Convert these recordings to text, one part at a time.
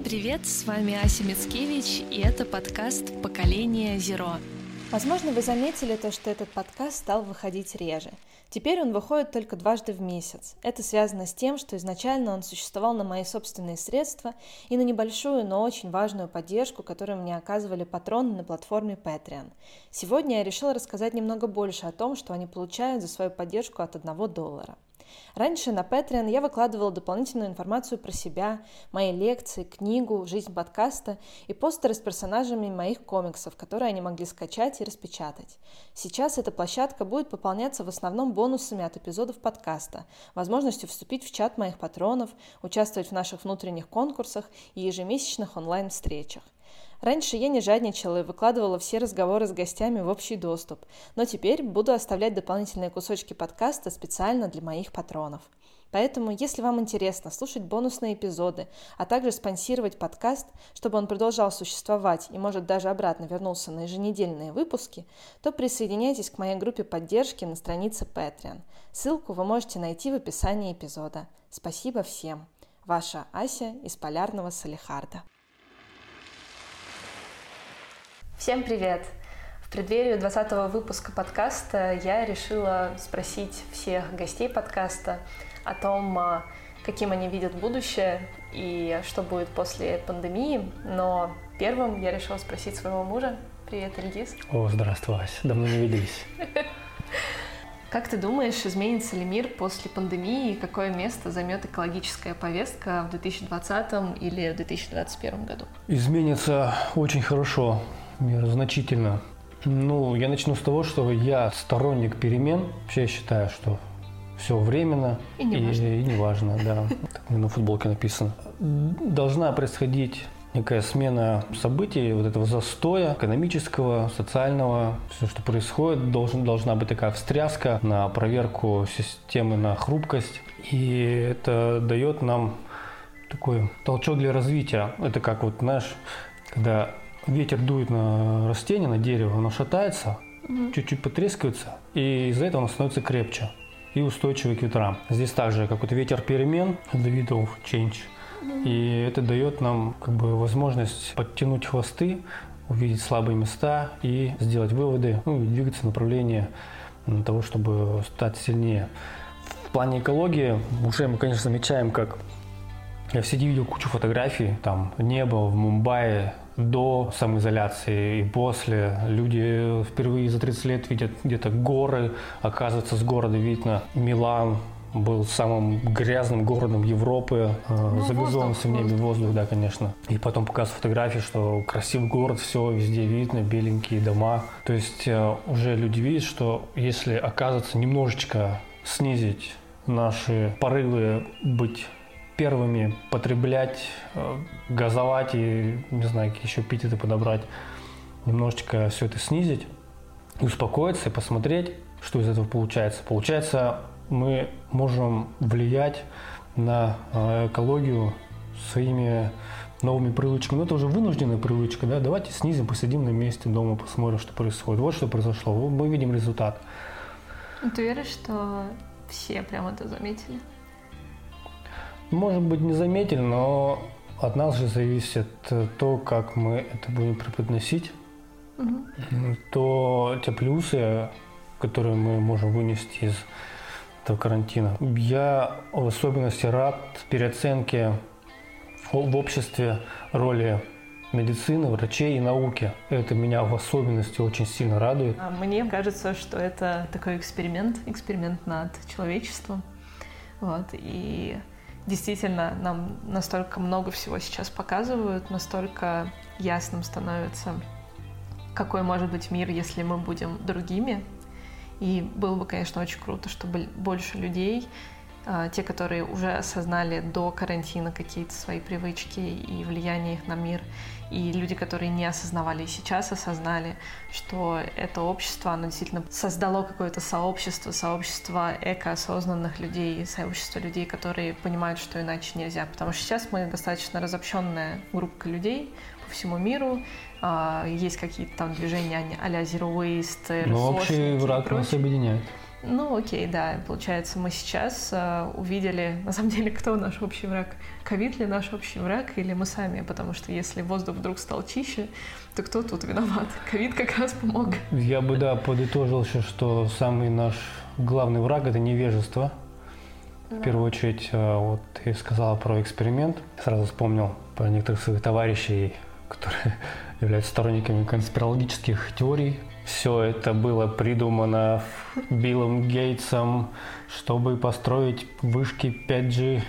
привет! С вами Ася Мицкевич, и это подкаст «Поколение Zero». Возможно, вы заметили то, что этот подкаст стал выходить реже. Теперь он выходит только дважды в месяц. Это связано с тем, что изначально он существовал на мои собственные средства и на небольшую, но очень важную поддержку, которую мне оказывали патроны на платформе Patreon. Сегодня я решила рассказать немного больше о том, что они получают за свою поддержку от $1. Раньше на Patreon я выкладывала дополнительную информацию про себя, мои лекции, книгу, жизнь подкаста и постеры с персонажами моих комиксов, которые они могли скачать и распечатать. Сейчас эта площадка будет пополняться в основном бонусами от эпизодов подкаста, возможностью вступить в чат моих патронов, участвовать в наших внутренних конкурсах и ежемесячных онлайн-встречах. Раньше я не жадничала и выкладывала все разговоры с гостями в общий доступ, но теперь буду оставлять дополнительные кусочки подкаста специально для моих патронов. Поэтому, если вам интересно слушать бонусные эпизоды, а также спонсировать подкаст, чтобы он продолжал существовать и, может, даже обратно вернулся на еженедельные выпуски, то присоединяйтесь к моей группе поддержки на странице Patreon. Ссылку вы можете найти в описании эпизода. Спасибо всем. Ваша Ася из Полярного Салехарда. Всем привет! В преддверии 20-го выпуска подкаста я решила спросить всех гостей подкаста о том, каким они видят будущее и что будет после пандемии. Но первым я решила спросить своего мужа. Привет, Ильгиз. О, здравствуй, Ася. Давно не виделись. Как ты думаешь, изменится ли мир после пандемии и какое место займет экологическая повестка в 2020 или в 2021 году? Изменится очень хорошо. Мир значительно. Я начну с того, что я сторонник перемен. Вообще я считаю, что все временно и не важно, да. Так у меня на футболке написано. Должна происходить некая смена событий, вот этого застоя экономического, социального. Все, что происходит, должна быть такая встряска на проверку системы на хрупкость. И это дает нам такой толчок для развития. Это как когда ветер дует на растение, на дерево, оно шатается, чуть-чуть потрескивается, и из-за этого оно становится крепче и устойчивый к ветрам. Здесь также какой-то ветер перемен, the wind of change, и это дает нам возможность подтянуть хвосты, увидеть слабые места и сделать выводы, и двигаться в направлении того, чтобы стать сильнее. В плане экологии уже мы, конечно, замечаем, как я в сети видел кучу фотографий, там небо в Мумбаи до самоизоляции и после. Люди впервые за 30 лет видят где-то горы, оказывается, с города видно. Милан был самым грязным городом Европы, загазован в небе воздух, да, конечно. И потом показывают фотографии, что красивый город, все везде видно, беленькие дома. То есть уже люди видят, что если, оказывается, немножечко снизить наши порывы быть первыми, потреблять, газовать и, не знаю, какие еще эпитеты подобрать, немножечко все это снизить, успокоиться и посмотреть, что из этого получается. Получается, мы можем влиять на экологию своими новыми привычками. Но это уже вынужденная привычка, да? Давайте снизим, посидим на месте дома, посмотрим, что происходит. Вот что произошло. Мы видим результат. Ты веришь, что все прям это заметили? Может быть, не заметили, но от нас же зависит то, как мы это будем преподносить, то те плюсы, которые мы можем вынести из этого карантина. Я в особенности рад переоценке в обществе роли медицины, врачей и науки. Это меня в особенности очень сильно радует. Мне кажется, что это такой эксперимент над человечеством. И действительно, нам настолько много всего сейчас показывают, настолько ясным становится, какой может быть мир, если мы будем другими. И было бы, конечно, очень круто, чтобы больше людей, те, которые уже осознали до карантина какие-то свои привычки и влияние их на мир, и люди, которые не осознавали и сейчас осознали, что это общество, оно действительно создало какое-то сообщество экоосознанных людей, сообщество людей, которые понимают, что иначе нельзя. Потому что сейчас мы достаточно разобщенная группа людей по всему миру, есть какие-то там движения а-ля Zero Waste, Но общий враг нас объединяет. Ну, окей, да. Получается, мы сейчас увидели, на самом деле, кто наш общий враг. Ковид ли наш общий враг или мы сами? Потому что если воздух вдруг стал чище, то кто тут виноват? Ковид как раз помог. Я бы, подытожил еще, что самый наш главный враг – это невежество. В первую очередь, вот ты сказала про эксперимент. Сразу вспомнил про некоторых своих товарищей, которые являются сторонниками конспирологических теорий. Все это было придумано Биллом Гейтсом, чтобы построить вышки 5G.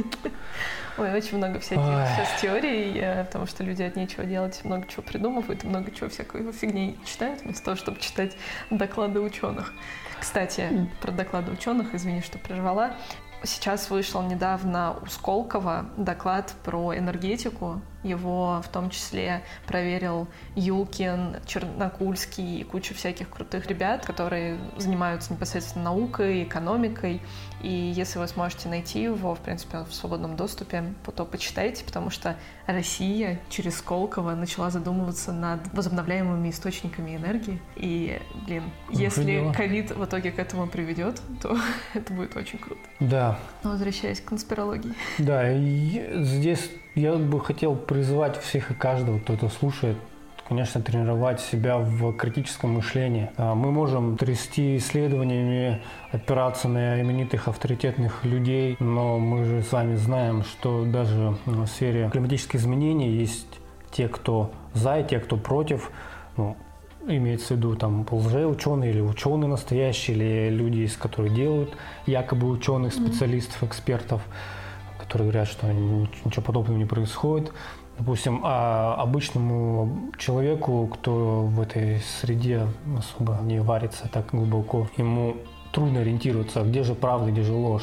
Ой, очень много всяких сейчас теорий, потому что люди от нечего делать много чего придумывают, много чего всякой фигни читают, вместо того, чтобы читать доклады ученых. Кстати, про доклады ученых, извини, что прервала. Сейчас вышел недавно у Сколково доклад про энергетику. Его в том числе проверил Юлкин, Чернокульский и куча всяких крутых ребят, которые занимаются непосредственно наукой, экономикой. И если вы сможете найти его, в принципе, в свободном доступе, то почитайте, потому что Россия через Сколково начала задумываться над возобновляемыми источниками энергии. И, если ковид в итоге к этому приведет, то это будет очень круто. Да. Но возвращаясь к конспирологии. Да, и здесь я бы хотел призвать всех и каждого, кто это слушает, конечно, тренировать себя в критическом мышлении. Мы можем трясти исследованиями, опираться на именитых авторитетных людей, но мы же с вами знаем, что даже в сфере климатических изменений есть те, кто за, и те, кто против. Имеется в виду там лжеученые или ученые настоящие, или люди, из которых делают якобы ученых, специалистов, экспертов, которые говорят, что ничего подобного не происходит. Допустим, обычному человеку, кто в этой среде особо не варится так глубоко, ему трудно ориентироваться, где же правда, где же ложь.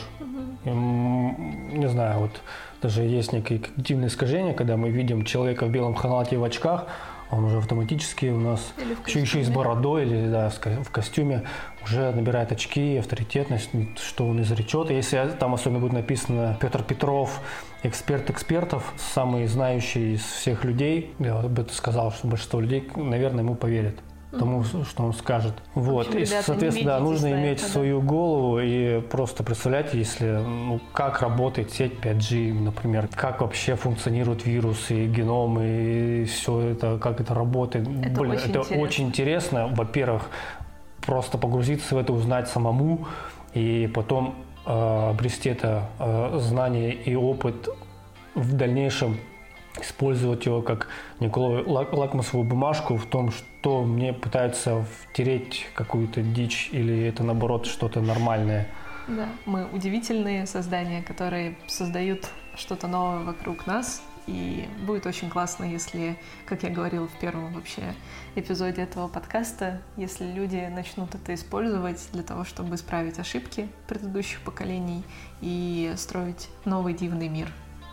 Не знаю, вот даже есть некие когнитивные искажения, когда мы видим человека в белом халате и в очках, он уже автоматически у нас еще и с бородой или в костюме уже набирает очки, авторитетность, что он изречет. Если там особенно будет написано Петр Петров, эксперт экспертов, самый знающий из всех людей, я бы сказал, что большинство людей, наверное, ему поверят тому, что он скажет. Вот. И, соответственно, нужно иметь свою голову и просто представлять, если, как работает сеть 5G, например, как вообще функционируют вирусы, геномы, и все это, как это работает. Это очень интересно. Во-первых, просто погрузиться в это, узнать самому, и потом обрести это знание и опыт в дальнейшем, использовать его как некую лакмусовую бумажку в том, что мне пытаются втереть какую-то дичь или это наоборот что-то нормальное. Да, мы удивительные создания, которые создают что-то новое вокруг нас, и будет очень классно, если, как я говорила в первом вообще эпизоде этого подкаста, если люди начнут это использовать для того, чтобы исправить ошибки предыдущих поколений и строить новый дивный мир.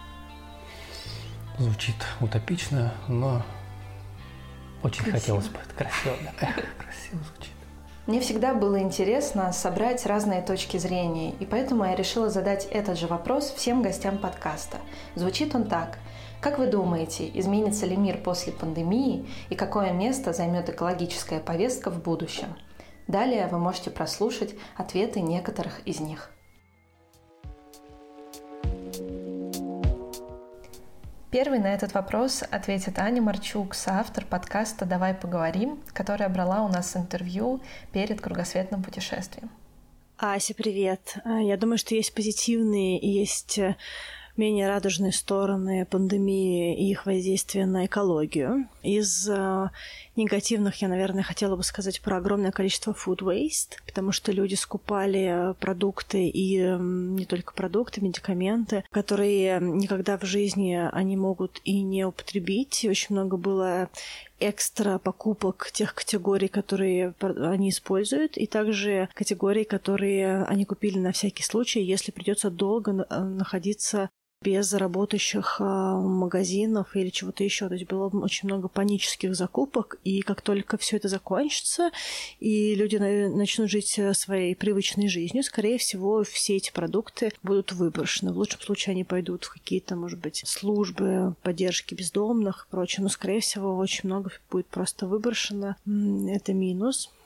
Звучит утопично, но очень хотелось бы. Это красиво, да. Красиво звучит. Мне всегда было интересно собрать разные точки зрения, и поэтому я решила задать этот же вопрос всем гостям подкаста. Звучит он так. Как вы думаете, изменится ли мир после пандемии и какое место займет экологическая повестка в будущем? Далее вы можете прослушать ответы некоторых из них. Первый на этот вопрос ответит Аня Марчук, соавтор подкаста «Давай поговорим», которая брала у нас интервью перед кругосветным путешествием. Ася, привет. Я думаю, что есть позитивные и есть менее радужные стороны пандемии и их воздействия на экологию. Из негативных я, наверное, хотела бы сказать про огромное количество food waste, потому что люди скупали продукты и не только продукты, медикаменты, которые никогда в жизни они могут и не употребить. И очень много было экстра покупок тех категорий, которые они используют, и также категорий, которые они купили на всякий случай, если придется долго находиться без работающих магазинов или чего-то еще. То есть было очень много панических закупок, и как только все это закончится, и люди начнут жить своей привычной жизнью, скорее всего, все эти продукты будут выброшены. В лучшем случае они пойдут в какие-то, может быть, службы поддержки бездомных и прочее, но, скорее всего, очень много будет просто выброшено. Это минус.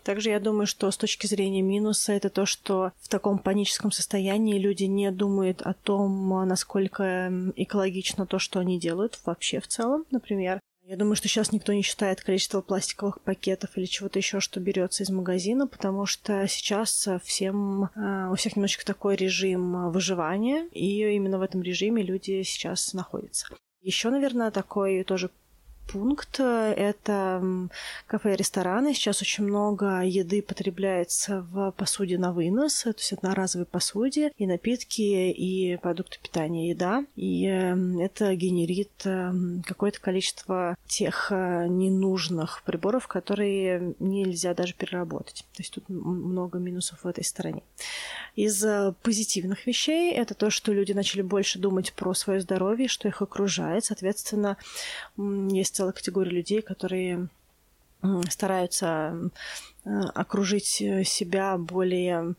Также я думаю, что с точки зрения минуса это то, что в таком паническом состоянии люди не думают о том, насколько экологично то, что они делают вообще в целом, например. Я думаю, что сейчас никто не считает количество пластиковых пакетов или чего-то еще, что берется из магазина, потому что сейчас у всех немножечко такой режим выживания, и именно в этом режиме люди сейчас находятся. Еще, наверное, такой тоже пункт — это кафе и рестораны. Сейчас очень много еды потребляется в посуде на вынос, то есть одноразовой посуде, и напитки, и продукты питания, еда. И это генерит какое-то количество тех ненужных приборов, которые нельзя даже переработать. То есть тут много минусов в этой стороне. Из позитивных вещей это то, что люди начали больше думать про свое здоровье, что их окружает. Соответственно, есть целая категория людей, которые стараются окружить себя более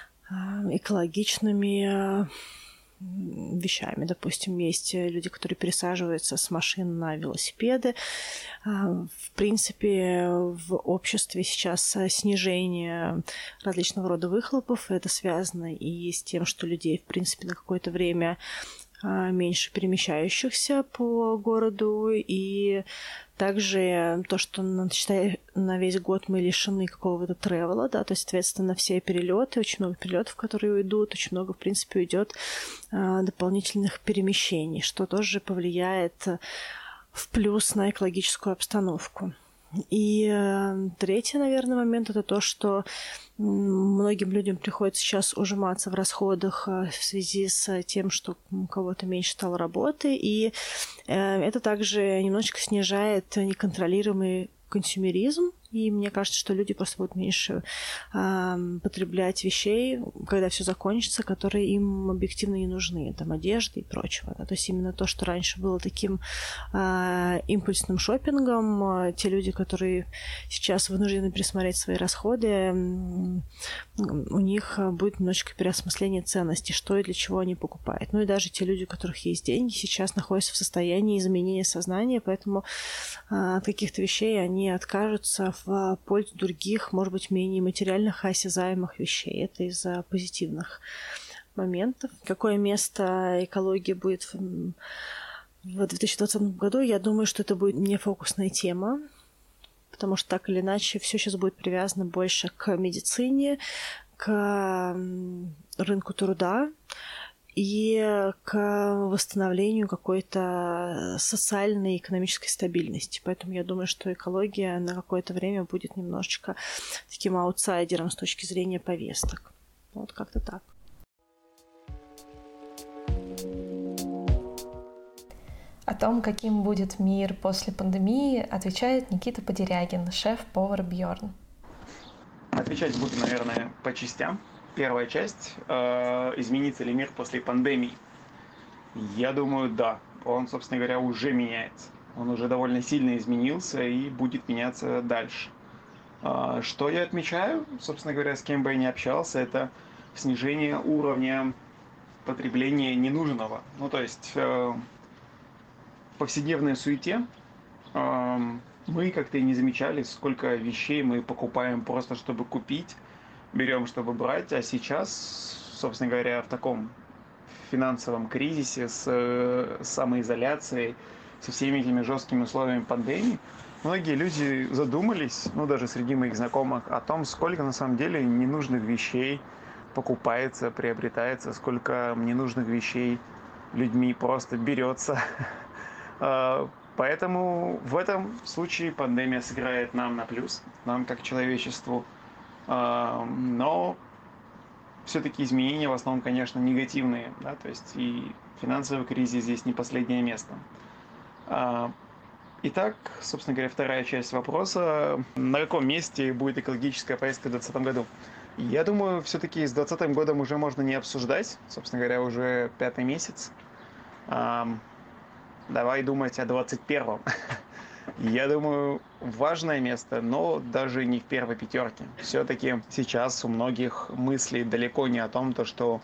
экологичными вещами. Допустим, есть люди, которые пересаживаются с машин на велосипеды. В принципе, в обществе сейчас снижение различного рода выхлопов. Это связано и с тем, что людей, в принципе, на какое-то время меньше перемещающихся по городу, и также то, что на весь год мы лишены какого-то тревела, да, то есть, соответственно, все перелеты, очень много перелетов, которые уйдут, очень много, в принципе, уйдет дополнительных перемещений, что тоже повлияет в плюс на экологическую обстановку. И третий, наверное, момент — это то, что многим людям приходится сейчас ужиматься в расходах в связи с тем, что у кого-то меньше стало работы, и это также немножечко снижает неконтролируемый консюмеризм, и мне кажется, что люди просто будут меньше потреблять вещей, когда все закончится, которые им объективно не нужны, там, одежды и прочего. Да? То есть именно то, что раньше было таким импульсным шопингом, те люди, которые сейчас вынуждены пересмотреть свои расходы, у них будет немножечко переосмысление ценностей, что и для чего они покупают. Ну и даже те люди, у которых есть деньги, сейчас находятся в состоянии изменения сознания, поэтому от каких-то вещей они откажутся в пользу других, может быть, менее материальных, осязаемых вещей. Это из позитивных моментов. Какое место экологии будет в 2020 году? Я думаю, что это будет не фокусная тема, потому что так или иначе все сейчас будет привязано больше к медицине, к рынку труда и к восстановлению какой-то социальной и экономической стабильности. Поэтому я думаю, что экология на какое-то время будет немножечко таким аутсайдером с точки зрения повесток. Вот как-то так. О том, каким будет мир после пандемии, отвечает Никита Подерягин, шеф-повар Бьорн. Отвечать буду, наверное, по частям. Первая часть. Изменится ли мир после пандемии? Я думаю, да. Он, собственно говоря, уже меняется. Он уже довольно сильно изменился и будет меняться дальше. Что я отмечаю, собственно говоря, с кем бы я ни общался, это снижение уровня потребления ненужного. Ну, то есть в повседневной суете мы как-то и не замечали, сколько вещей мы покупаем просто, чтобы купить, берем, чтобы брать, а сейчас, собственно говоря, в таком финансовом кризисе с самоизоляцией, со всеми этими жесткими условиями пандемии, многие люди задумались, ну даже среди моих знакомых, о том, сколько на самом деле ненужных вещей покупается, приобретается, сколько ненужных вещей людьми просто берется. Поэтому в этом случае пандемия сыграет нам на плюс, нам как человечеству. Но все-таки изменения в основном, конечно, негативные, да, то есть и финансовый кризис здесь не последнее место. Итак, собственно говоря, вторая часть вопроса. На каком месте будет экологическая повестка в 2020 году? Я думаю, все-таки с 2020 годом уже можно не обсуждать, собственно говоря, уже 5-й месяц. Давай думать о 21-м. Я думаю, важное место, но даже не в первой пятерке. Все-таки сейчас у многих мысли далеко не о том, что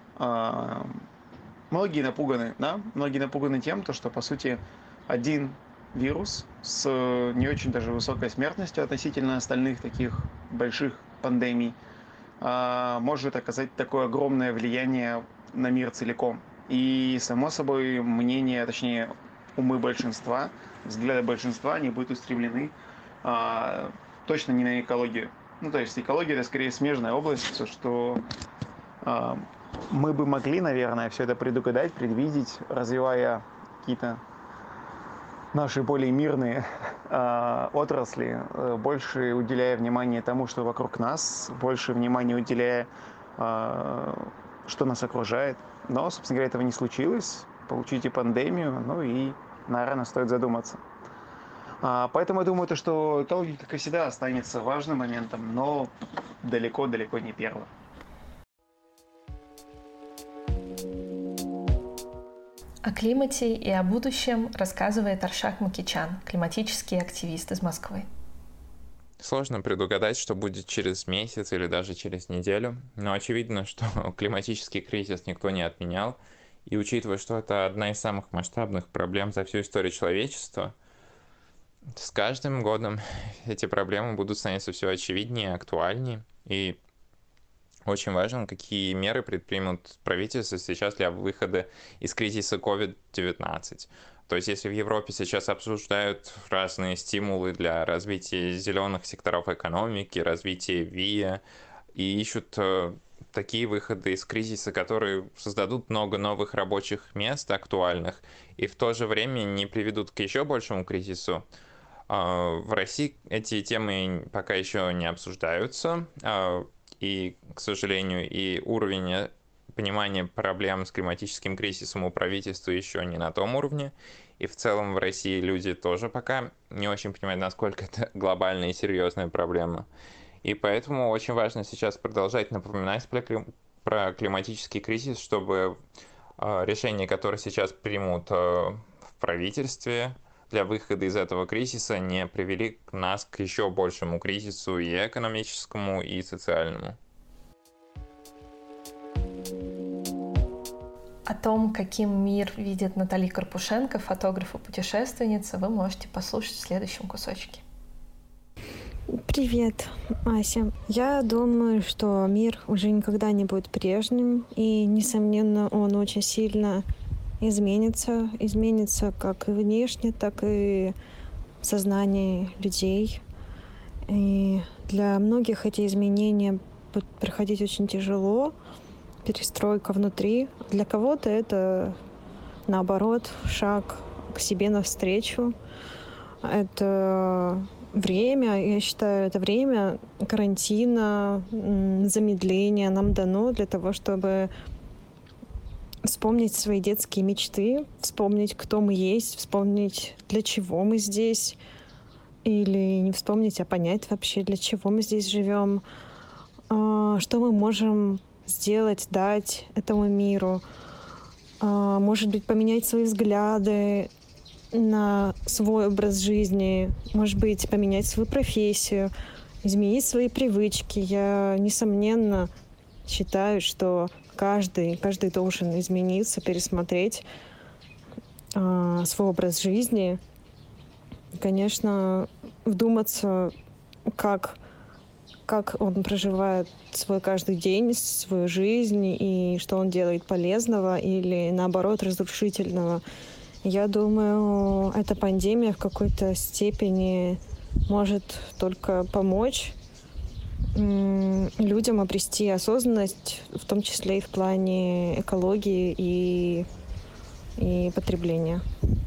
многие напуганы, да? Многие напуганы тем, что, по сути, один вирус с не очень даже высокой смертностью относительно остальных таких больших пандемий может оказать такое огромное влияние на мир целиком. И, само собой, мнение, точнее, умы большинства, взгляды большинства, они будут устремлены точно не на экологию. Ну, то есть экология – это скорее смежная область, что мы бы могли, наверное, все это предугадать, предвидеть, развивая какие-то наши более мирные отрасли, больше уделяя внимание тому, что вокруг нас, больше внимания уделяя, что нас окружает. Но, собственно говоря, этого не случилось. Получите пандемию, ну и, наверное, стоит задуматься. Поэтому я думаю, что экология, как и всегда, останется важным моментом, но далеко-далеко не первым. О климате и о будущем рассказывает Аршак Мукичан, климатический активист из Москвы. Сложно предугадать, что будет через месяц или даже через неделю, но очевидно, что климатический кризис никто не отменял, и учитывая, что это одна из самых масштабных проблем за всю историю человечества, с каждым годом эти проблемы будут становиться все очевиднее, актуальнее, и очень важно, какие меры предпримут правительство сейчас для выхода из кризиса COVID-19. То есть, если в Европе сейчас обсуждают разные стимулы для развития зеленых секторов экономики, развития ВИА, и ищут такие выходы из кризиса, которые создадут много новых рабочих мест актуальных, и в то же время не приведут к еще большему кризису, в России эти темы пока еще не обсуждаются, и, к сожалению, и уровень понимания проблем с климатическим кризисом у правительства еще не на том уровне. И в целом в России люди тоже пока не очень понимают, насколько это глобальная и серьезная проблема. И поэтому очень важно сейчас продолжать напоминать про климатический кризис, чтобы решения, которые сейчас примут в правительстве для выхода из этого кризиса, не привели нас к еще большему кризису и экономическому, и социальному. О том, каким мир видит Натали Карпушенко, фотограф и путешественница, вы можете послушать в следующем кусочке. Привет, Ася. Я думаю, что мир уже никогда не будет прежним, и, несомненно, он очень сильно изменится. Изменится как и внешне, так и в сознании людей. И для многих эти изменения будут проходить очень тяжело. Перестройка внутри. Для кого-то это, наоборот, шаг к себе навстречу. Это время, я считаю, это время карантина, замедления нам дано для того, чтобы вспомнить свои детские мечты, вспомнить, кто мы есть, вспомнить, для чего мы здесь. Или не вспомнить, а понять вообще, для чего мы здесь живем, что мы можем сделать, дать этому миру. Может быть, поменять свои взгляды на свой образ жизни, может быть, поменять свою профессию, изменить свои привычки. Я, несомненно, считаю, что каждый должен измениться, пересмотреть свой образ жизни. Конечно, вдуматься, как он проживает свой каждый день, свою жизнь, и что он делает полезного или, наоборот, разрушительного. Я думаю, эта пандемия в какой-то степени может только помочь людям обрести осознанность, в том числе и в плане экологии и потребления.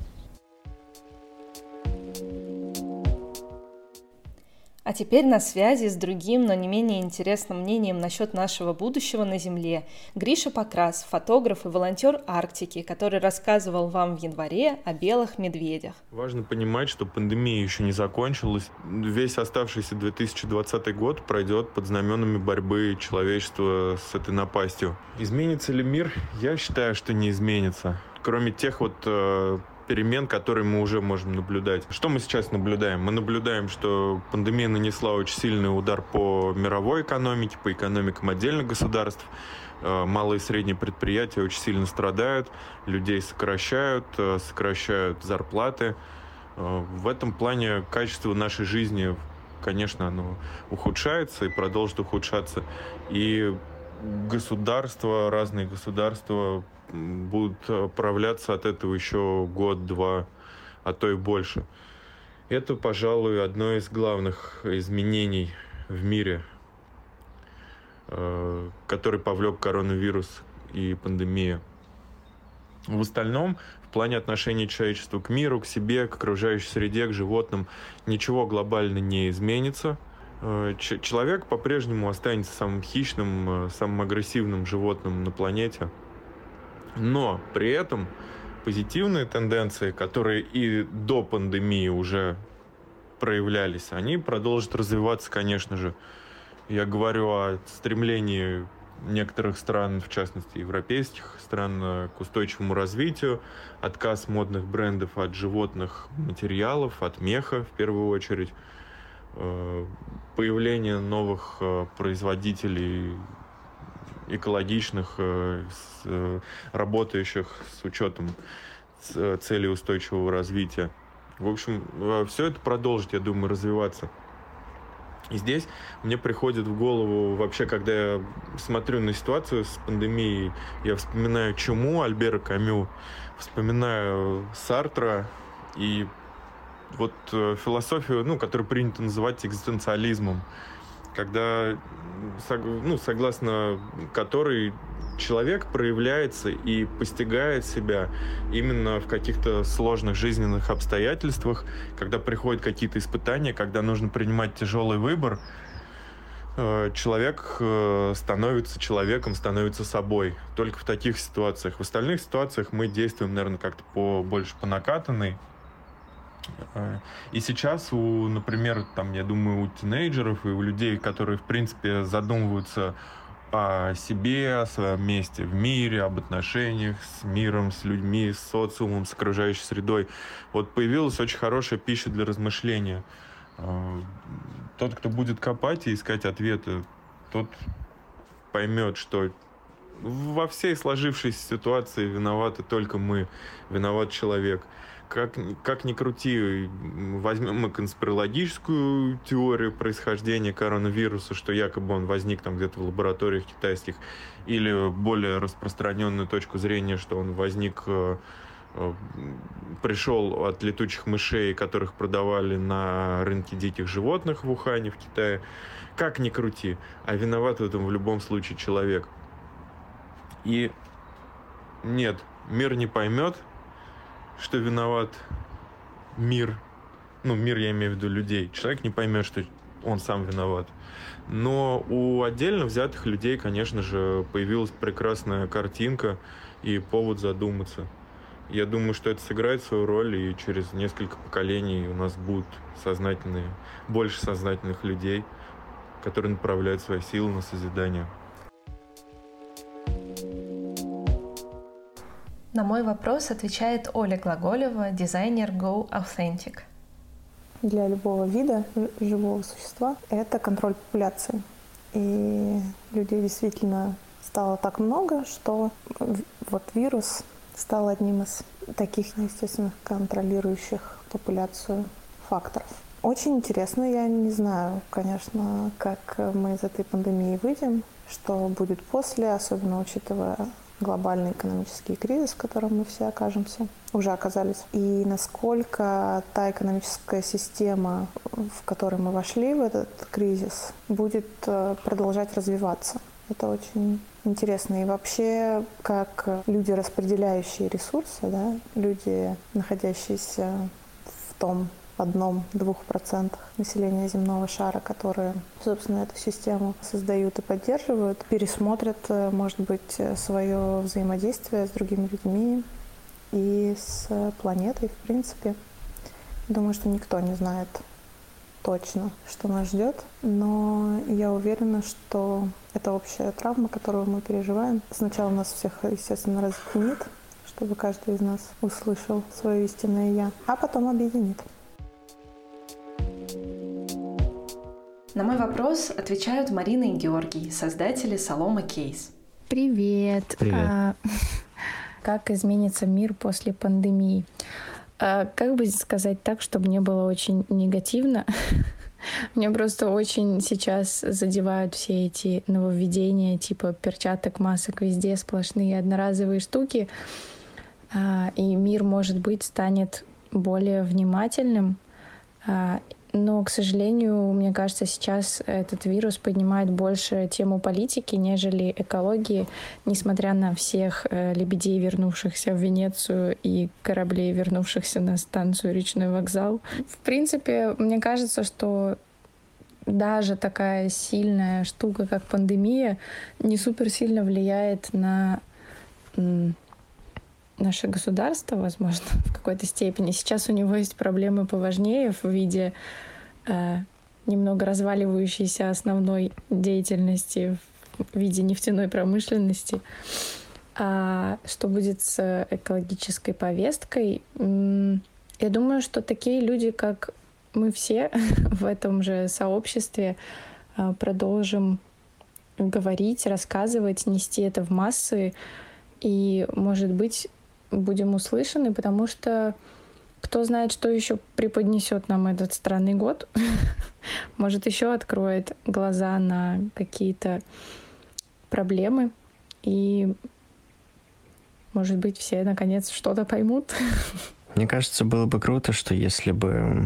А теперь на связи с другим, но не менее интересным мнением насчет нашего будущего на Земле Гриша Покрас, фотограф и волонтер Арктики, который рассказывал вам в январе о белых медведях. Важно понимать, что пандемия еще не закончилась. Весь оставшийся 2020 год пройдет под знаменами борьбы человечества с этой напастью. Изменится ли мир? Я считаю, что не изменится. Кроме тех перемен, которые мы уже можем наблюдать. Что мы сейчас наблюдаем? Мы наблюдаем, что пандемия нанесла очень сильный удар по мировой экономике, по экономикам отдельных государств. Малые и средние предприятия очень сильно страдают, людей сокращают зарплаты. В этом плане качество нашей жизни конечно, оно ухудшается и продолжит ухудшаться. И разные государства будут оправляться от этого еще год-два, а то и больше. Это, пожалуй, одно из главных изменений в мире, который повлек коронавирус и пандемия. В остальном, в плане отношений человечества к миру, к себе, к окружающей среде, к животным, ничего глобально не изменится. Человек по-прежнему останется самым хищным, самым агрессивным животным на планете. Но при этом позитивные тенденции, которые и до пандемии уже проявлялись, они продолжат развиваться, конечно же. Я говорю о стремлении некоторых стран, в частности европейских стран, к устойчивому развитию, отказ модных брендов от животных материалов, от меха в первую очередь, появление новых производителей экологичных, работающих с учетом целей устойчивого развития. В общем, все это продолжит, я думаю, развиваться. И здесь мне приходит в голову, вообще, когда я смотрю на ситуацию с пандемией, я вспоминаю «Чуму» Альбера Камю, вспоминаю Сартра и вот философию, которую принято называть экзистенциализмом, когда, согласно которой человек проявляется и постигает себя именно в каких-то сложных жизненных обстоятельствах, когда приходят какие-то испытания, когда нужно принимать тяжелый выбор, человек становится человеком, становится собой. Только в таких ситуациях. В остальных ситуациях мы действуем, наверное, как-то больше по накатанной. И сейчас, например, я думаю, у тинейджеров и у людей, которые, в принципе, задумываются о себе, о своем месте в мире, об отношениях с миром, с людьми, с социумом, с окружающей средой, вот появилась очень хорошая пища для размышления. Тот, кто будет копать и искать ответы, тот поймет, что во всей сложившейся ситуации виноваты только мы, виноват человек. Как ни крути, возьмем мы конспирологическую теорию происхождения коронавируса, что якобы он возник где-то в лабораториях китайских, или более распространенную точку зрения, что он пришел от летучих мышей, которых продавали на рынке диких животных в Ухане, в Китае. Как ни крути, а виноват в этом в любом случае человек. И нет, мир не поймет, что виноват мир. Мир, я имею в виду людей. Человек не поймет, что он сам виноват. Но у отдельно взятых людей, конечно же, появилась прекрасная картинка и повод задуматься. Я думаю, что это сыграет свою роль, и через несколько поколений у нас будут больше сознательных людей, которые направляют свои силы на созидание. На мой вопрос отвечает Оля Глаголева, дизайнер Go Authentic. Для любого вида живого существа это контроль популяции. И людей действительно стало так много, что вирус стал одним из таких, естественно, контролирующих популяцию факторов. Очень интересно, я не знаю, конечно, как мы из этой пандемии выйдем, что будет после, особенно учитывая глобальный экономический кризис, в котором мы все уже оказались. И насколько та экономическая система, в которой мы вошли в этот кризис, будет продолжать развиваться. Это очень интересно. И вообще, как люди, распределяющие ресурсы, люди, находящиеся в том 1-2% населения земного шара, которые, собственно, эту систему создают и поддерживают, пересмотрят, может быть, свое взаимодействие с другими людьми и с планетой, в принципе. Думаю, что никто не знает точно, что нас ждет, но я уверена, что это общая травма, которую мы переживаем. Сначала нас всех, естественно, разъединит, чтобы каждый из нас услышал свое истинное «я», а потом объединит. На мой вопрос отвечают Марина и Георгий, создатели Солома Кейс. Привет. Привет. Как изменится мир после пандемии? Как бы сказать так, чтобы не было очень негативно? Меня просто очень сейчас задевают все эти нововведения, типа перчаток, масок, везде сплошные одноразовые штуки. И мир, может быть, станет более внимательным. Но, к сожалению, мне кажется, сейчас этот вирус поднимает больше тему политики, нежели экологии, несмотря на всех лебедей, вернувшихся в Венецию, и кораблей, вернувшихся на станцию Речной вокзал. В принципе, мне кажется, что даже такая сильная штука, как пандемия, не супер сильно влияет на наше государство, возможно, в какой-то степени. Сейчас у него есть проблемы поважнее в виде немного разваливающейся основной деятельности в виде нефтяной промышленности. А что будет с экологической повесткой? Я думаю, что такие люди, как мы все в этом же сообществе, продолжим говорить, рассказывать, нести это в массы. И, может быть, будем услышаны, потому что кто знает, что еще преподнесет нам этот странный год. Может, еще откроет глаза на какие-то проблемы. И, может быть, все, наконец, что-то поймут. Мне кажется, было бы круто, что если бы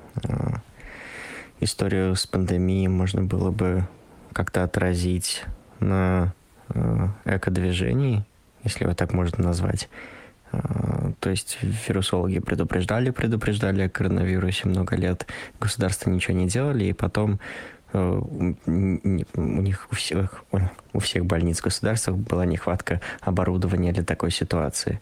историю с пандемией можно было бы как-то отразить на экодвижении, если его так можно назвать. То есть вирусологи предупреждали о коронавирусе много лет, государства ничего не делали, и потом у всех больниц в государствах была нехватка оборудования для такой ситуации.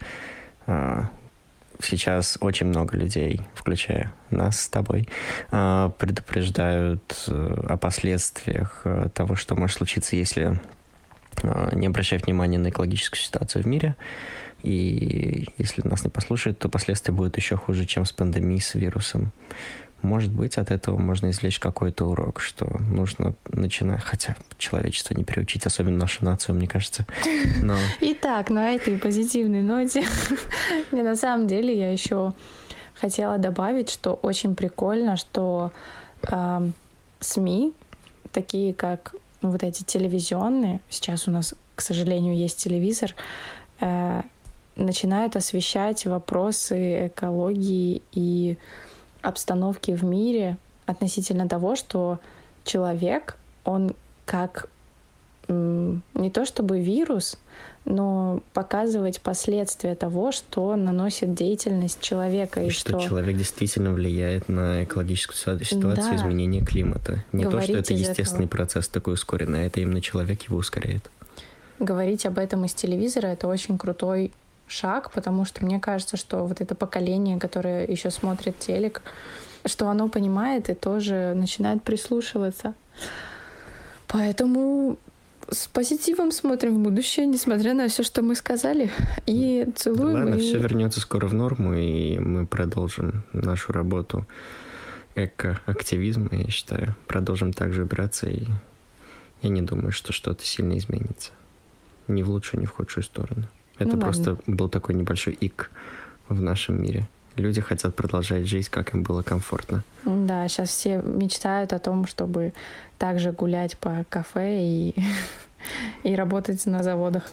Сейчас очень много людей, включая нас с тобой, предупреждают о последствиях того, что может случиться, если не обращать внимания на экологическую ситуацию в мире. И если нас не послушают, то последствия будут еще хуже, чем с пандемией, с вирусом. Может быть, от этого можно извлечь какой-то урок, что нужно начинать, хотя человечество не приучить, особенно нашу нацию, мне кажется. Но... Итак, на этой позитивной ноте, на самом деле я еще хотела добавить, что очень прикольно, что СМИ, такие как вот эти телевизионные, сейчас у нас, к сожалению, есть телевизор, начинают освещать вопросы экологии и обстановки в мире относительно того, что человек, он как не то чтобы вирус, но показывать последствия того, что наносит деятельность человека. И что человек действительно влияет на экологическую ситуацию, изменения климата. Не то, что это естественный процесс такой ускоренный, а это именно человек его ускоряет. Говорить об этом из телевизора — это очень крутой шаг, потому что мне кажется, что вот это поколение, которое еще смотрит телек, что оно понимает и тоже начинает прислушиваться. Поэтому с позитивом смотрим в будущее, несмотря на все, что мы сказали. И целуем. Ладно, все вернется скоро в норму, и мы продолжим нашу работу экоактивизма, я считаю. Продолжим также убираться, и я не думаю, что что-то сильно изменится. Ни в лучшую, ни в худшую сторону. Это просто был такой небольшой ик в нашем мире. Люди хотят продолжать жизнь, как им было комфортно. Да, сейчас все мечтают о том, чтобы также гулять по кафе и работать на заводах.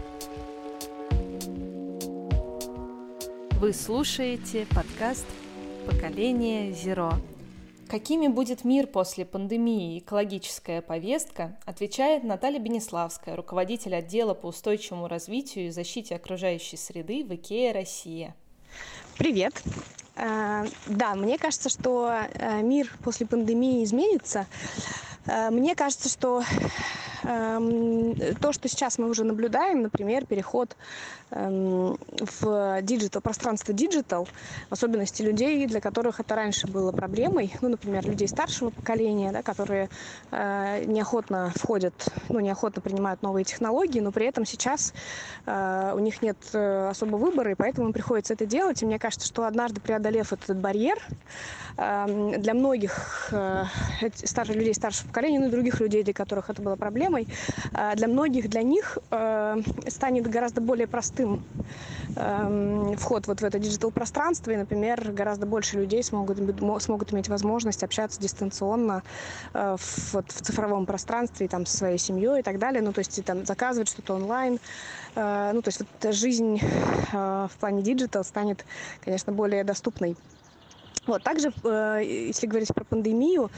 Вы слушаете подкаст «Поколение Зеро». Какими будет мир после пандемии и экологическая повестка, отвечает Наталья Бенеславская, руководитель отдела по устойчивому развитию и защите окружающей среды в IKEA Россия. Привет. Да, мне кажется, что мир после пандемии изменится. Мне кажется, что то, что сейчас мы уже наблюдаем, например, переход в пространство диджитал, в особенности людей, для которых это раньше было проблемой, например, людей старшего поколения, да, которые неохотно неохотно принимают новые технологии, но при этом сейчас у них нет особо выбора, и поэтому им приходится это делать. И мне кажется, что однажды преодолев этот барьер, для многих людей старшего поколения, и других людей, для которых это была проблема, проблемой, для многих, для них станет гораздо более простым вход вот в это диджитал-пространство, и, например, гораздо больше людей смогут иметь возможность общаться дистанционно в цифровом пространстве, там, со своей семьей и так далее, ну, то есть там заказывать что-то онлайн, ну, то есть вот жизнь в плане диджитал станет, конечно, более доступной. Вот, также, если говорить про пандемию,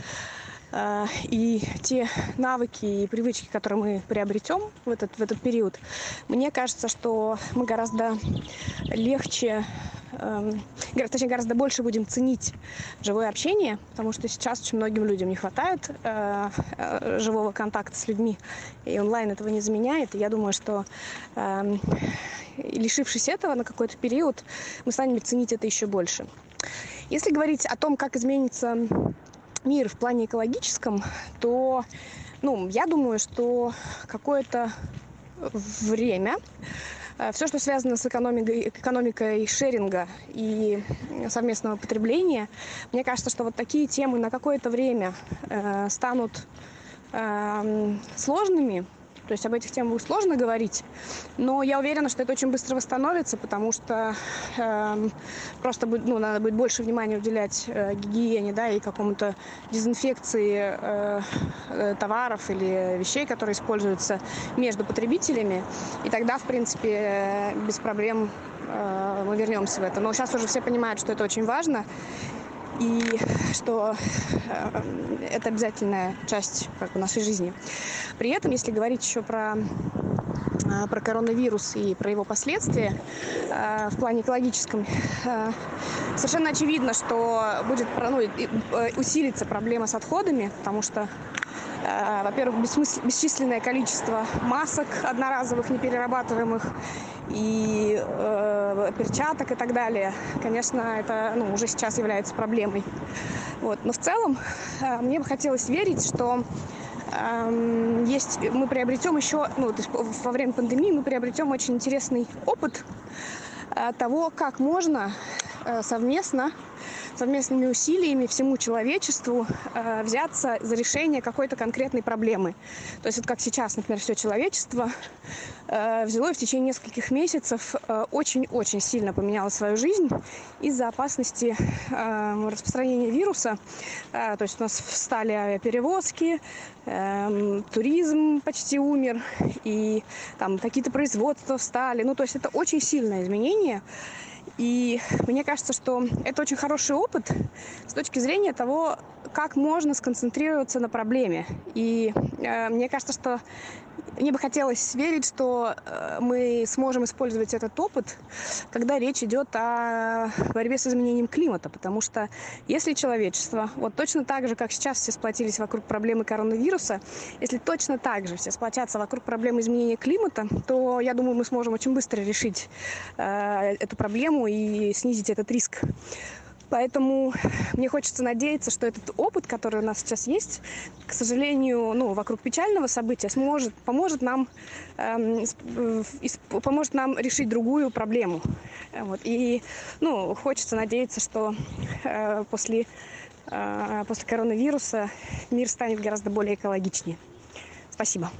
и те навыки и привычки, которые мы приобретем в этот период, мне кажется, что мы гораздо легче, точнее, гораздо больше будем ценить живое общение, потому что сейчас очень многим людям не хватает живого контакта с людьми, и онлайн этого не заменяет. И я думаю, что лишившись этого на какой-то период, мы станем ценить это еще больше. Если говорить о том, как изменится мир в плане экологическом, то, я думаю, что какое-то время все, что связано с экономикой шеринга и совместного потребления, мне кажется, что вот такие темы на какое-то время станут сложными. То есть об этих темах будет сложно говорить, но я уверена, что это очень быстро восстановится, потому что просто надо будет больше внимания уделять гигиене, да, и какому-то дезинфекции товаров или вещей, которые используются между потребителями. И тогда, в принципе, без проблем мы вернемся в это. Но сейчас уже все понимают, что это очень важно. И что это обязательная часть нашей жизни. При этом, если говорить еще про коронавирус и про его последствия в плане экологическом, совершенно очевидно, что будет усилиться проблема с отходами, потому что, во-первых, бесчисленное количество масок одноразовых, неперерабатываемых, и перчаток и так далее. Конечно, это уже сейчас является проблемой. Вот. Но в целом мне бы хотелось верить, что мы приобретем еще, то есть во время пандемии мы приобретем очень интересный опыт того, как можно совместными усилиями всему человечеству взяться за решение какой-то конкретной проблемы. То есть вот как сейчас, например, все человечество взяло и в течение нескольких месяцев очень-очень сильно поменяло свою жизнь из-за опасности распространения вируса. То есть у нас встали авиаперевозки, туризм почти умер, и там какие-то производства встали. То есть это очень сильное изменение. И мне кажется, что это очень хороший опыт с точки зрения того, как можно сконцентрироваться на проблеме. И мне кажется, что мне бы хотелось верить, что мы сможем использовать этот опыт, когда речь идет о борьбе с изменением климата. Потому что если человечество, вот точно так же, как сейчас все сплотились вокруг проблемы коронавируса, если точно так же все сплотятся вокруг проблемы изменения климата, то, я думаю, мы сможем очень быстро решить эту проблему и снизить этот риск. Поэтому мне хочется надеяться, что этот опыт, который у нас сейчас есть, к сожалению, вокруг печального события, поможет нам решить другую проблему. Вот. И хочется надеяться, что после коронавируса мир станет гораздо более экологичнее. Спасибо.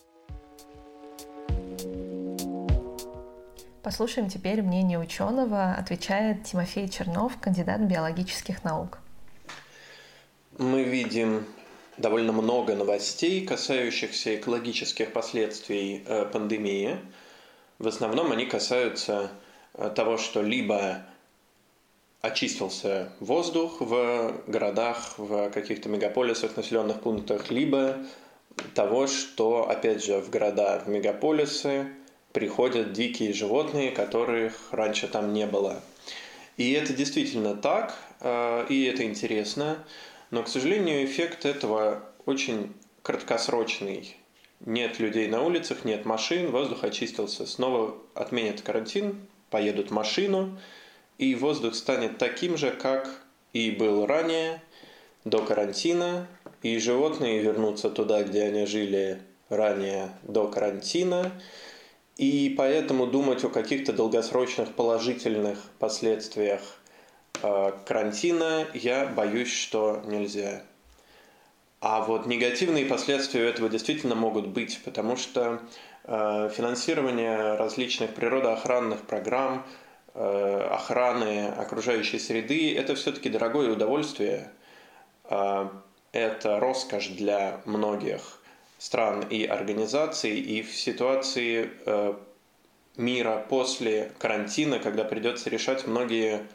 Послушаем теперь мнение ученого, отвечает Тимофей Чернов, кандидат биологических наук. Мы видим довольно много новостей, касающихся экологических последствий пандемии. В основном они касаются того, что либо очистился воздух в городах, в каких-то мегаполисах, населенных пунктах, либо того, что, опять же, в города, в мегаполисы приходят дикие животные, которых раньше там не было. И это действительно так, и это интересно, но, к сожалению, эффект этого очень краткосрочный. Нет людей на улицах, нет машин, воздух очистился. Снова отменят карантин, поедут в машину, и воздух станет таким же, как и был ранее, до карантина, и животные вернутся туда, где они жили ранее, до карантина. И поэтому думать о каких-то долгосрочных положительных последствиях карантина я боюсь, что нельзя. А вот негативные последствия этого действительно могут быть, потому что финансирование различных природоохранных программ, охраны окружающей среды – это все-таки дорогое удовольствие. Это роскошь для многих стран и организаций, и в ситуации мира после карантина, когда придется решать многие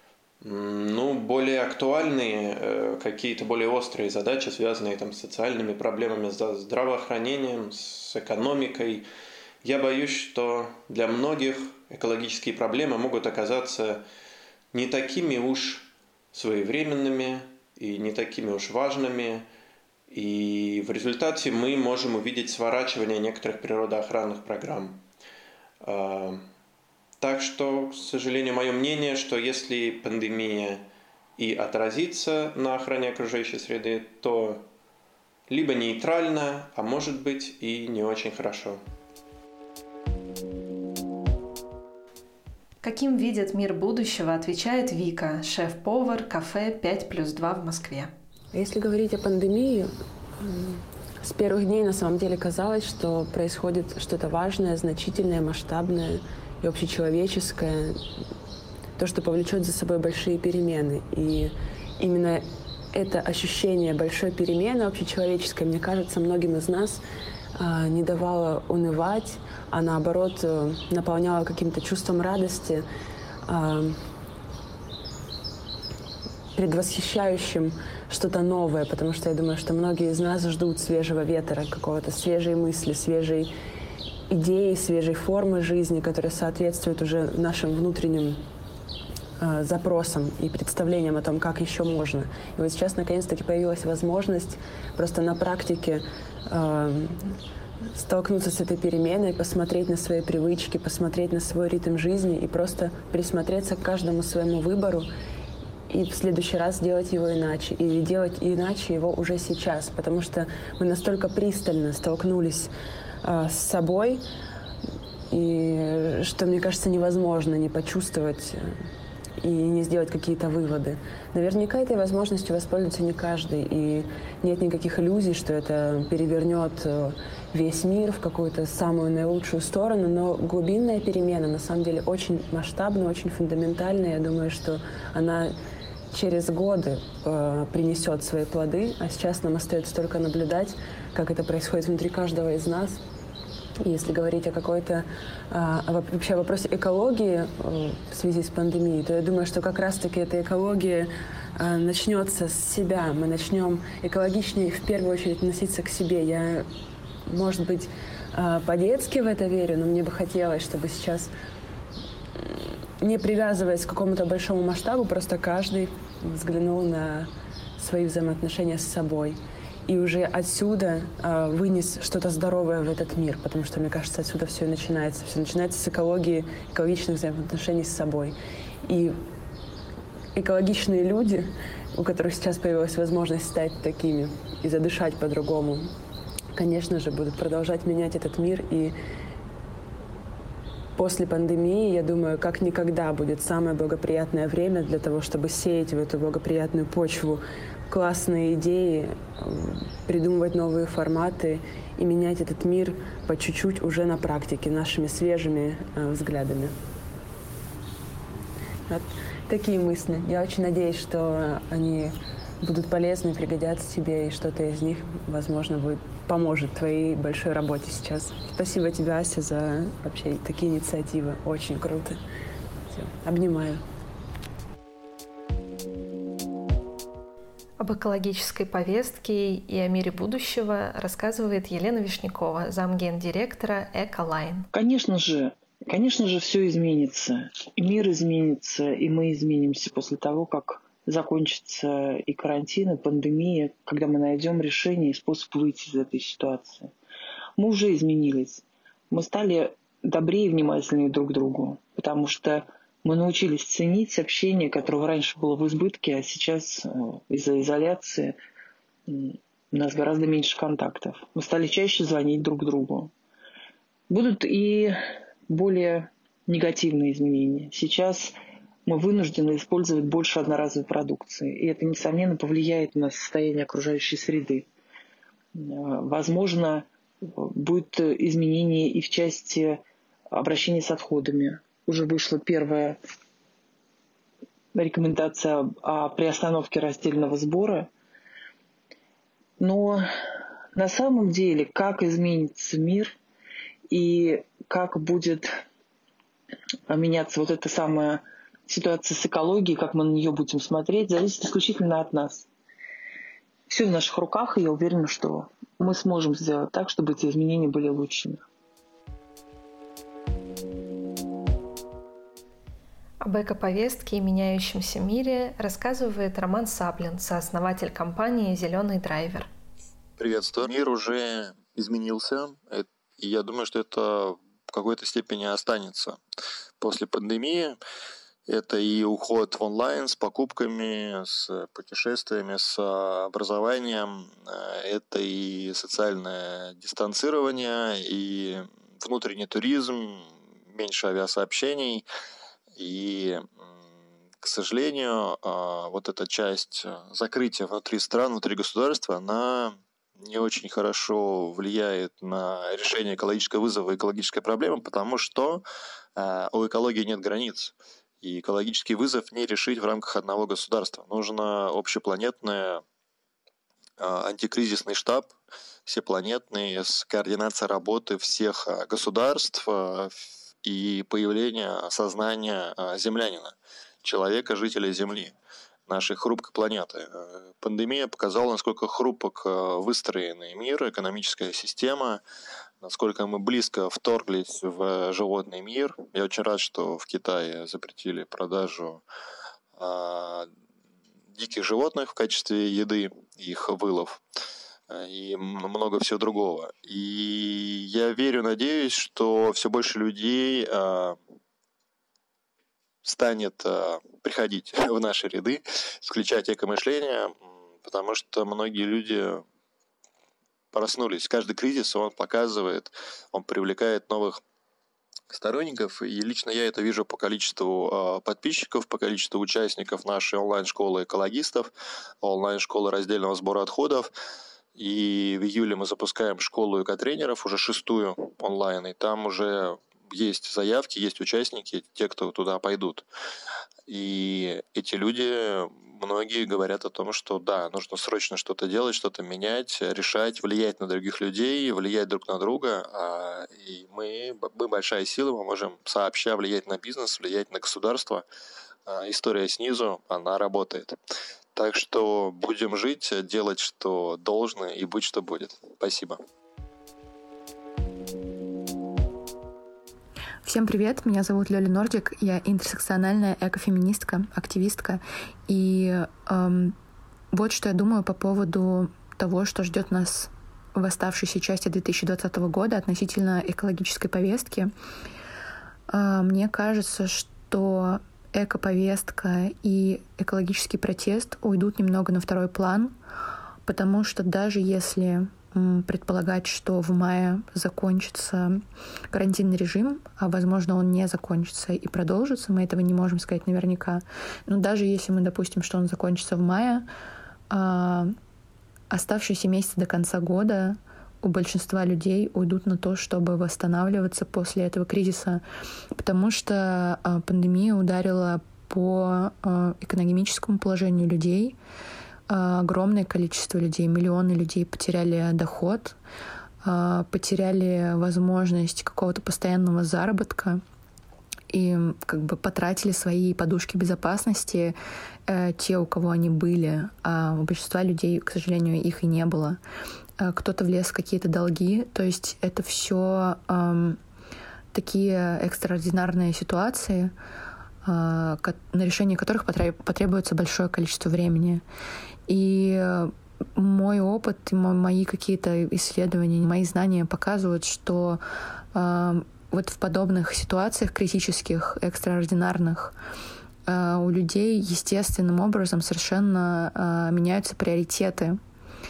более актуальные, какие-то более острые задачи, связанные там, с социальными проблемами, с здравоохранением, с экономикой. Я боюсь, что для многих экологические проблемы могут оказаться не такими уж своевременными и не такими уж важными. И в результате мы можем увидеть сворачивание некоторых природоохранных программ. Так что, к сожалению, мое мнение, что если пандемия и отразится на охране окружающей среды, то либо нейтрально, а может быть и не очень хорошо. Каким видит мир будущего, отвечает Вика, шеф-повар кафе 5+2 в Москве. Если говорить о пандемии, с первых дней на самом деле казалось, что происходит что-то важное, значительное, масштабное и общечеловеческое, то, что повлечет за собой большие перемены. И именно это ощущение большой перемены общечеловеческой, мне кажется, многим из нас не давало унывать, а наоборот наполняло каким-то чувством радости, предвосхищающим что-то новое, потому что я думаю, что многие из нас ждут свежего ветра, какого-то свежей мысли, свежей идеи, свежей формы жизни, которая соответствует уже нашим внутренним запросам и представлениям о том, как еще можно. И вот сейчас наконец-таки появилась возможность просто на практике столкнуться с этой переменой, посмотреть на свои привычки, посмотреть на свой ритм жизни и просто присмотреться к каждому своему выбору и в следующий раз делать его иначе. Или делать иначе его уже сейчас, потому что мы настолько пристально столкнулись с собой, и что, мне кажется, невозможно не почувствовать и не сделать какие-то выводы. Наверняка этой возможностью воспользуется не каждый, и нет никаких иллюзий, что это перевернет весь мир в какую-то самую наилучшую сторону, но глубинная перемена на самом деле очень масштабная, очень фундаментальная. Я думаю, что она через годы принесет свои плоды, а сейчас нам остается только наблюдать, как это происходит внутри каждого из нас. И если говорить о какой-то вообще вопросе экологии в связи с пандемией, то я думаю, что как раз-таки эта экология начнется с себя. Мы начнем экологичнее в первую очередь относиться к себе. Я, может быть, по-детски в это верю, но мне бы хотелось, чтобы сейчас, не привязываясь к какому-то большому масштабу, просто каждый взглянул на свои взаимоотношения с собой. И уже отсюда вынес что-то здоровое в этот мир, потому что, мне кажется, отсюда все и начинается. Все начинается с экологии, экологичных взаимоотношений с собой. И экологичные люди, у которых сейчас появилась возможность стать такими и задышать по-другому, конечно же, будут продолжать менять этот мир. И после пандемии, я думаю, как никогда будет самое благоприятное время для того, чтобы сеять в эту благоприятную почву классные идеи, придумывать новые форматы и менять этот мир по чуть-чуть уже на практике, нашими свежими взглядами. Вот такие мысли. Я очень надеюсь, что они будут полезны, пригодятся тебе, и что-то из них, возможно, поможет твоей большой работе сейчас. Спасибо тебе, Ася, за вообще такие инициативы. Очень круто. Все. Обнимаю. Об экологической повестке и о мире будущего рассказывает Елена Вишнякова, замгендиректора «Эколайн». Конечно же, все изменится. И мир изменится, и мы изменимся после того, как закончится и карантин, и пандемия, когда мы найдем решение и способ выйти из этой ситуации. Мы уже изменились. Мы стали добрее и внимательнее друг к другу, потому что мы научились ценить общение, которого раньше было в избытке, а сейчас из-за изоляции у нас гораздо меньше контактов. Мы стали чаще звонить друг другу. Будут и более негативные изменения. Сейчас мы вынуждены использовать больше одноразовой продукции, и это, несомненно, повлияет на состояние окружающей среды. Возможно, будет изменение и в части обращения с отходами. Уже вышла первая рекомендация о приостановке раздельного сбора. Но на самом деле, как изменится мир и как будет меняться вот эта самая ситуация с экологией, как мы на нее будем смотреть, зависит исключительно от нас. Все в наших руках, и я уверена, что мы сможем сделать так, чтобы эти изменения были лучшими. Об эко-повестке и меняющемся мире рассказывает Роман Саблин, сооснователь компании «Зеленый драйвер». Приветствую. Мир уже изменился, и я думаю, что это в какой-то степени останется после пандемии. Это и уход в онлайн с покупками, с путешествиями, с образованием. Это и социальное дистанцирование, и внутренний туризм, меньше авиасообщений. И, к сожалению, вот эта часть закрытия внутри стран, внутри государства, она не очень хорошо влияет на решение экологического вызова и экологической проблемы, потому что у экологии нет границ. И экологический вызов не решить в рамках одного государства. Нужно общепланетный антикризисный штаб, всепланетный, с координацией работы всех государств и появление сознания землянина, человека, жителя Земли, нашей хрупкой планеты. Пандемия показала, насколько хрупок выстроенный мир, экономическая система, насколько мы близко вторглись в животный мир. Я очень рад, что в Китае запретили продажу диких животных в качестве еды, их вылов и много всего другого. И я верю, надеюсь, что все больше людей станет приходить в наши ряды, включать эко-мышление, потому что многие люди проснулись. Каждый кризис, он показывает, он привлекает новых сторонников, и лично я это вижу по количеству подписчиков, по количеству участников нашей онлайн-школы экологистов, онлайн-школы раздельного сбора отходов. И в июле мы запускаем школу экотренеров, уже 6-ю онлайн, и там уже есть заявки, есть участники, те, кто туда пойдут. И эти люди, многие говорят о том, что да, нужно срочно что-то делать, что-то менять, решать, влиять на других людей, влиять друг на друга. И мы большая сила, мы можем сообща влиять на бизнес, влиять на государство. История снизу, она работает. Так что будем жить, делать, что должно, и быть, что будет. Спасибо. Всем привет, меня зовут Лёля Нордик, я интерсекциональная экофеминистка, активистка. И вот что я думаю по поводу того, что ждет нас в оставшейся части 2020 года относительно экологической повестки. Мне кажется, что эко-повестка и экологический протест уйдут немного на второй план, потому что даже если предполагать, что в мае закончится карантинный режим, а возможно он не закончится и продолжится, мы этого не можем сказать наверняка, но даже если мы допустим, что он закончится в мае, оставшиеся месяцы до конца года у большинства людей уйдут на то, чтобы восстанавливаться после этого кризиса, потому что пандемия ударила по экономическому положению людей. Огромное количество людей, миллионы людей потеряли доход, потеряли возможность какого-то постоянного заработка и как бы потратили свои подушки безопасности, те, у кого они были, а у большинства людей, к сожалению, их и не было. Кто-то влез в какие-то долги, то есть это все такие экстраординарные ситуации, на решение которых потребуется большое количество времени. И мой опыт, мои какие-то исследования, мои знания показывают, что вот в подобных ситуациях критических, экстраординарных, у людей естественным образом совершенно меняются приоритеты.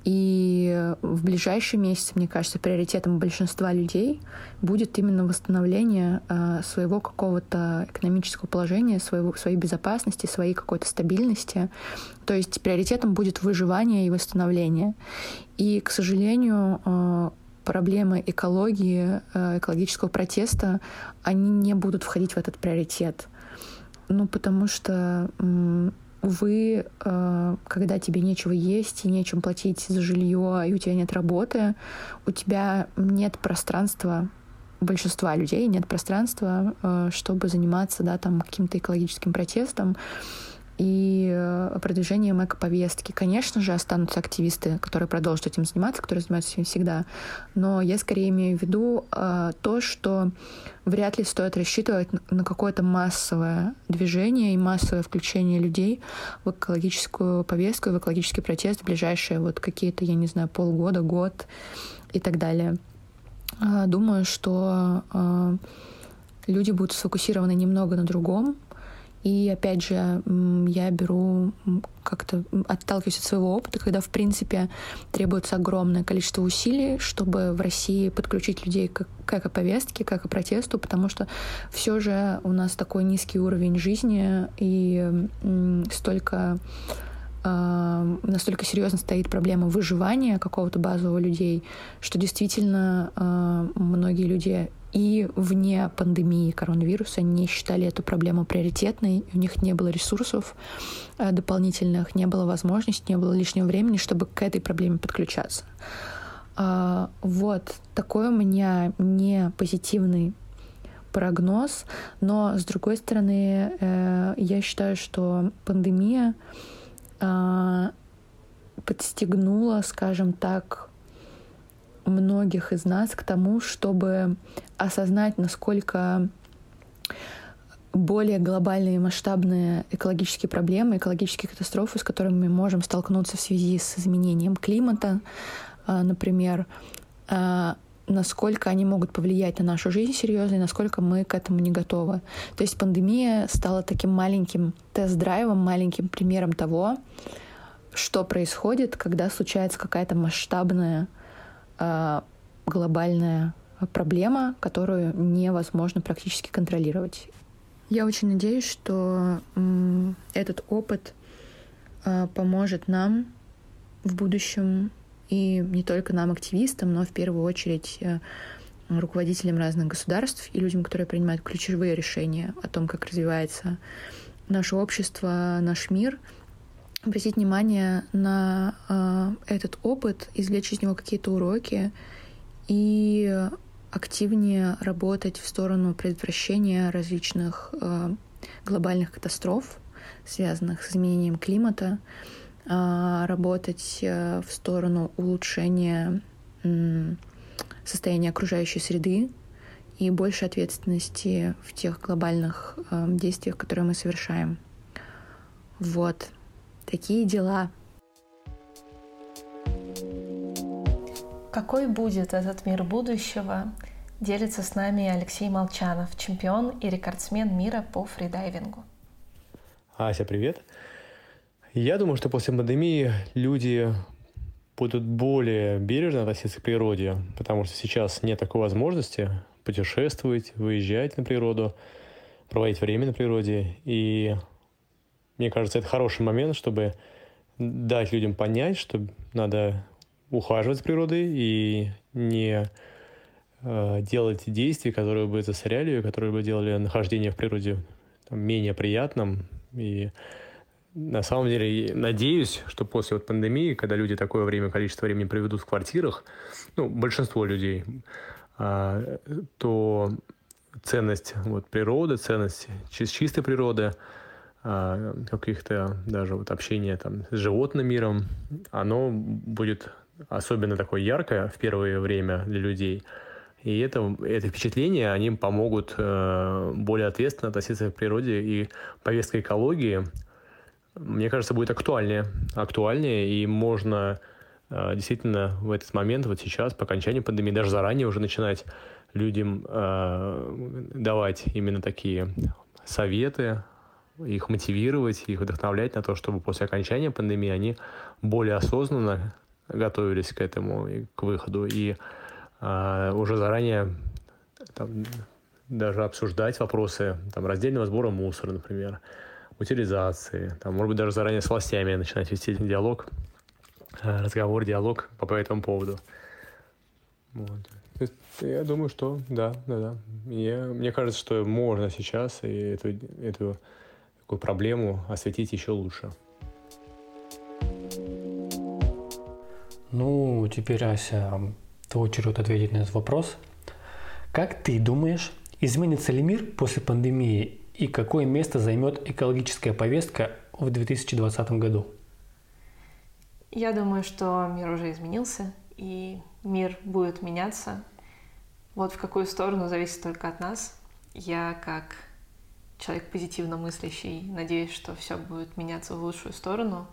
И в ближайшие месяцы, мне кажется, приоритетом большинства людей будет именно восстановление своего какого-то экономического положения, своей безопасности, своей какой-то стабильности. То есть приоритетом будет выживание и восстановление. И, к сожалению, проблемы экологии, экологического протеста, они не будут входить в этот приоритет. Потому что увы, когда тебе нечего есть и нечем платить за жилье, и у тебя нет работы, у тебя нет пространства, у большинства людей нет пространства, чтобы заниматься, каким-то экологическим протестом и продвижением эко-повестки. Конечно же, останутся активисты, которые продолжат этим заниматься, которые занимаются этим всегда. Но я скорее имею в виду то, что вряд ли стоит рассчитывать на какое-то массовое движение и массовое включение людей в экологическую повестку, в экологический протест в ближайшие какие-то, полгода, год и так далее. Думаю, что люди будут сфокусированы немного на другом. И, опять же, я как-то отталкиваюсь от своего опыта, когда, в принципе, требуется огромное количество усилий, чтобы в России подключить людей к эко-повестке, к эко-протесту, потому что все же у нас такой низкий уровень жизни и настолько серьезно стоит проблема выживания какого-то базового людей, что действительно многие люди и вне пандемии коронавируса не считали эту проблему приоритетной, у них не было ресурсов дополнительных, не было возможности, не было лишнего времени, чтобы к этой проблеме подключаться. Такой у меня не позитивный прогноз, но, с другой стороны, я считаю, что пандемия подстегнула, скажем так, многих из нас к тому, чтобы осознать, насколько более глобальные масштабные экологические проблемы, экологические катастрофы, с которыми мы можем столкнуться в связи с изменением климата, например, насколько они могут повлиять на нашу жизнь серьезно и насколько мы к этому не готовы. То есть пандемия стала таким маленьким тест-драйвом, маленьким примером того, что происходит, когда случается какая-то масштабная глобальная проблема, которую невозможно практически контролировать. Я очень надеюсь, что этот опыт поможет нам в будущем, и не только нам, активистам, но в первую очередь руководителям разных государств и людям, которые принимают ключевые решения о том, как развивается наше общество, наш мир, обратить внимание на этот опыт, извлечь из него какие-то уроки и активнее работать в сторону предотвращения различных глобальных катастроф, связанных с изменением климата, работать в сторону улучшения состояния окружающей среды и больше ответственности в тех глобальных действиях, которые мы совершаем. Такие дела. Какой будет этот мир будущего, делится с нами Алексей Молчанов, чемпион и рекордсмен мира по фридайвингу. Ася, привет. Я думаю, что после пандемии люди будут более бережно относиться к природе, потому что сейчас нет такой возможности путешествовать, выезжать на природу, проводить время на природе. И мне кажется, это хороший момент, чтобы дать людям понять, что надо ухаживать за природой и не делать действий, которые бы засоряли, которые бы делали нахождение в природе менее приятным. И на самом деле надеюсь, что после пандемии, когда люди такое количество времени проведут в квартирах, большинство людей, то ценность природы, ценность чистой природы, каких-то даже общения с животным миром, оно будет особенно такое яркое в первое время для людей. И это впечатление, они помогут более ответственно относиться к природе, и повестка экологии, мне кажется, будет актуальнее, и можно действительно в этот момент, сейчас, по окончании пандемии, даже заранее уже начинать людям давать именно такие советы, их мотивировать, их вдохновлять на то, чтобы после окончания пандемии они более осознанно готовились к этому и к выходу, и уже заранее там, даже обсуждать вопросы там, раздельного сбора мусора, например, утилизации, там, может быть, даже заранее с властями начинать вести диалог, диалог по этому поводу. Вот. Я думаю, что да. Мне кажется, что можно сейчас и эту такую проблему осветить еще лучше. Ну, теперь, Ася, твой черед ответить на этот вопрос. Как ты думаешь, изменится ли мир после пандемии и какое место займет экологическая повестка в 2020 году? Я думаю, что мир уже изменился, и мир будет меняться. Вот в какую сторону зависит только от нас. Я, как человек позитивно мыслящий, надеюсь, что все будет меняться в лучшую сторону.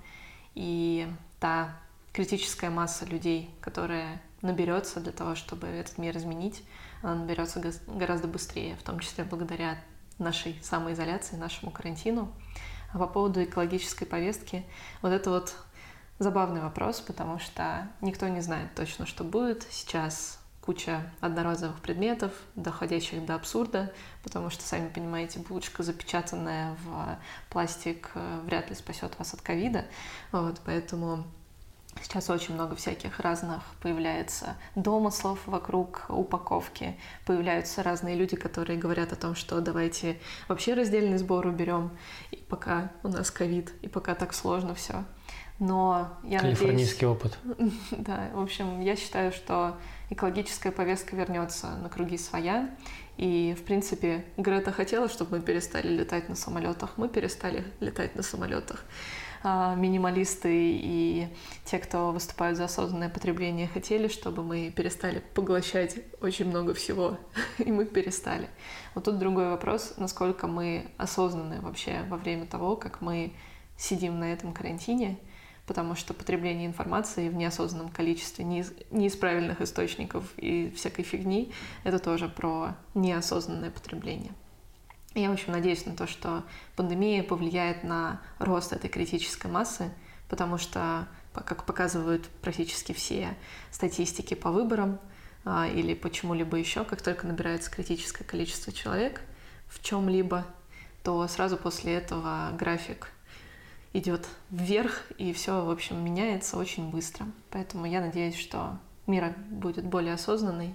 И та критическая масса людей, которая наберется для того, чтобы этот мир изменить, она наберется гораздо быстрее, в том числе благодаря нашей самоизоляции, нашему карантину. А по поводу экологической повестки, вот это вот забавный вопрос, потому что никто не знает точно, что будет. Сейчас куча одноразовых предметов, доходящих до абсурда, потому что, сами понимаете, булочка, запечатанная в пластик, вряд ли спасет вас от ковида. Вот, поэтому сейчас очень много всяких разных появляется домыслов вокруг упаковки, появляются разные люди, которые говорят о том, что давайте вообще раздельный сбор уберем, и пока у нас ковид, и пока так сложно все. Но я надеюсь... Калифорнийский опыт. Да, в общем, я считаю, что экологическая повестка вернется на круги своя. И, в принципе, Грета хотела, чтобы мы перестали летать на самолетах. Мы перестали летать на самолетах. Минималисты и те, кто выступают за осознанное потребление, хотели, чтобы мы перестали поглощать очень много всего. И мы перестали. Вот тут другой вопрос, насколько мы осознаны вообще во время того, как мы сидим на этом карантине, потому что потребление информации в неосознанном количестве, не из правильных источников и всякой фигни, это тоже про неосознанное потребление. Я, в общем, надеюсь на то, что пандемия повлияет на рост этой критической массы, потому что, как показывают практически все статистики по выборам или по чему-либо еще, как только набирается критическое количество человек в чем-либо, то сразу после этого график идет вверх, и все, в общем, меняется очень быстро. Поэтому я надеюсь, что мир будет более осознанный,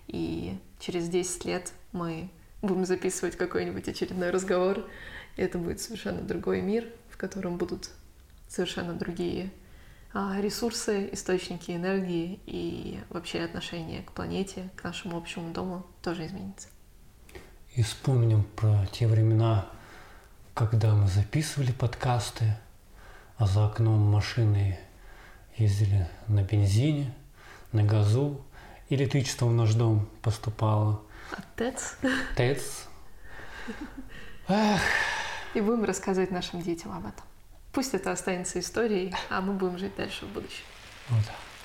и через 10 лет мы будем записывать какой-нибудь очередной разговор, и это будет совершенно другой мир, в котором будут совершенно другие ресурсы, источники энергии, и вообще отношение к планете, к нашему общему дому тоже изменится. И вспомним про те времена, когда мы записывали подкасты, а за окном машины ездили на бензине, на газу, и электричество в наш дом поступало. А ТЭЦ? ТЭЦ. Эх. И будем рассказывать нашим детям об этом. Пусть это останется историей, а мы будем жить дальше в будущем. Вот.